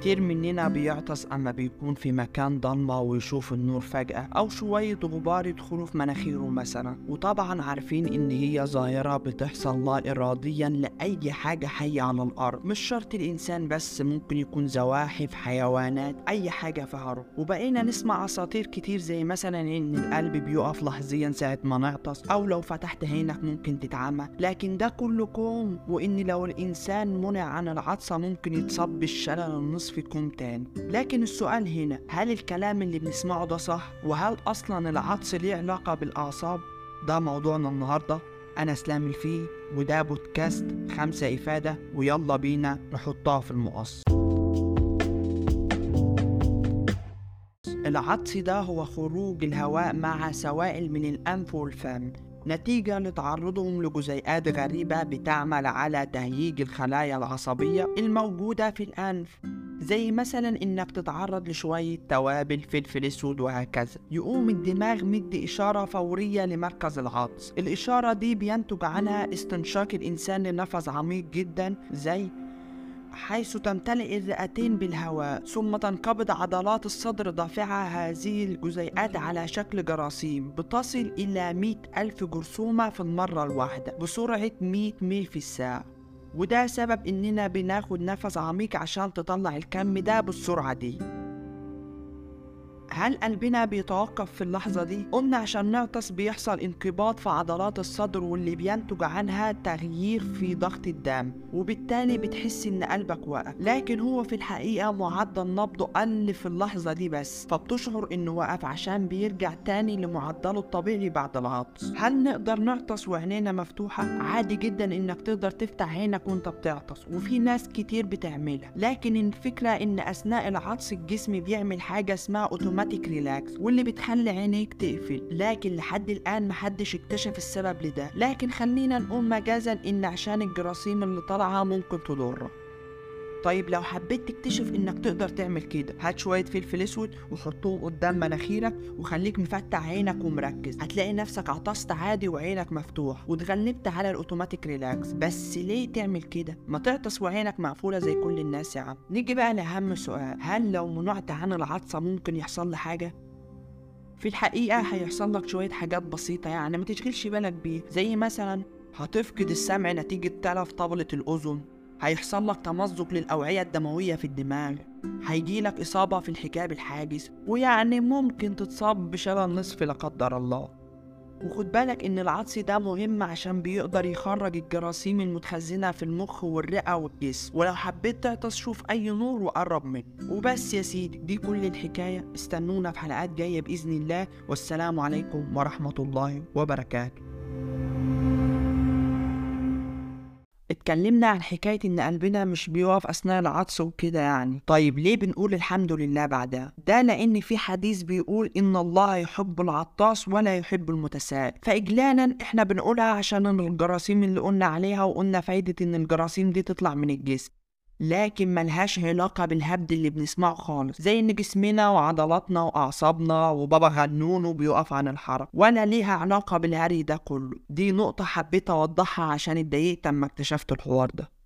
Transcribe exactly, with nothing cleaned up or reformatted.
كتير مننا بيعطس أما بيكون في مكان ضلمة ويشوف النور فجأة أو شوية غبار يدخلوا في مناخيره مثلا، وطبعا عارفين إن هي ظاهرة بتحصل لا إراديا لأي حاجة حية على الأرض، مش شرط الإنسان بس، ممكن يكون زواحف، حيوانات، أي حاجة فيها روح. وبقينا نسمع أساطير كتير زي مثلا إن القلب بيقف لحظيا ساعة ما نعطس، أو لو فتحت عينك ممكن تتعمى، لكن ده كله كوم، وإن لو الإنسان منع عن العطسة ممكن يتصاب بالشلل النصفي كوم تاني. لكن السؤال هنا، هل الكلام اللي بنسمعه ده صح؟ وهل أصلا العطس ليه علاقة بالأعصاب؟ ده موضوعنا النهاردة. أنا اسلام الفيه، وده بودكاست خمسة إفادة، ويلا بينا نحطها في المقص. العطس ده هو خروج الهواء مع سوائل من الأنف والفم نتيجة لتعرضهم لجزيئات غريبة بتعمل على تهييج الخلايا العصبية الموجودة في الأنف، زي مثلا إنك تتعرض لشوية توابل، فلفل أسود وهكذا. يقوم الدماغ مدي إشارة فورية لمركز العطس. الإشارة دي بينتج عنها استنشاق الإنسان لنفس عميق جدا، زي حيث تمتلئ الرئتين بالهواء، ثم تنقبض عضلات الصدر دافعة هذه الجزيئات على شكل جراثيم بتصل إلى مئة ألف جرثومة في المرة الواحدة بسرعة مئة ميل في الساعة. وده سبب إننا بناخد نفس عميق عشان تطلع الكم ده بالسرعة دي. هل قلبنا بيتوقف في اللحظة دي؟ قلنا عشان نعطس بيحصل انقباض في عضلات الصدر، واللي بينتج عنها تغيير في ضغط الدم، وبالتالي بتحس ان قلبك وقف، لكن هو في الحقيقة معدل نبضه قل في اللحظة دي بس، فبتشعر انه وقف عشان بيرجع تاني لمعدله الطبيعي بعد العطس. هل نقدر نعطس وعينينا مفتوحة؟ عادي جدا انك تقدر تفتح عينك وانت بتعطس، وفي ناس كتير بتعملها، لكن الفكرة ان اثناء العطس الجسم بيعمل حاجة اسمها اوتوماتيك ريلاكس، واللي بتخلي عينيك تقفل، لكن لحد الآن محدش اكتشف السبب لده. لكن خلينا نقول مجازا إن عشان الجراثيم اللي طالعة ممكن تضرك. طيب لو حبيت تكتشف إنك تقدر تعمل كده، هات شوية فلفل أسود وحطهم قدام مناخيرك وخليك مفتح عينك ومركز، هتلاقي نفسك عطست عادي وعينك مفتوح واتغلبت على الأوتوماتيك ريلاكس. بس ليه تعمل كده؟ ما تعطس وعينك مقفولة زي كل الناس يا عم. نيجي بقى لأهم سؤال، هل لو منعت عن العطسة ممكن يحصل لي حاجة؟ في الحقيقة هيحصل لك شوية حاجات بسيطة يعني ما تشغلش بالك بيه، زي مثلا هتفقد السمع نتيجة تلف طبلة الأذن، هيحصل لك تمزق للأوعية الدموية في الدماغ، هيجيلك إصابة في الحجاب الحاجز، ويعني ممكن تتصاب بشلل نصفي لا قدر الله. وخد بالك إن العطس ده مهم عشان بيقدر يخرج الجراثيم المتخزنة في المخ والرئة والجسم. ولو حبيت تعطس شوف أي نور وقرب منه. وبس يا سيدي، دي كل الحكاية. استنونا في حلقات جاية بإذن الله، والسلام عليكم ورحمة الله وبركاته. اتكلمنا عن حكاية ان قلبنا مش بيقف اثناء العطس وكده يعني. طيب ليه بنقول الحمد لله بعدها؟ ده لان في حديث بيقول ان الله يحب العطاس ولا يحب المتسائل، فاجلالا احنا بنقولها عشان الجراثيم اللي قلنا عليها، وقلنا فايدة ان الجراثيم دي تطلع من الجسم، لكن ملهاش علاقة بالهبد اللي بنسمعه خالص، زي ان جسمنا وعضلاتنا واعصابنا وبابا غنون بيقف عن الحركة، ولا ليها علاقة بالهري ده كله. دي نقطة حبيت اوضحها عشان اتضايقت اما اكتشفت الحوار ده.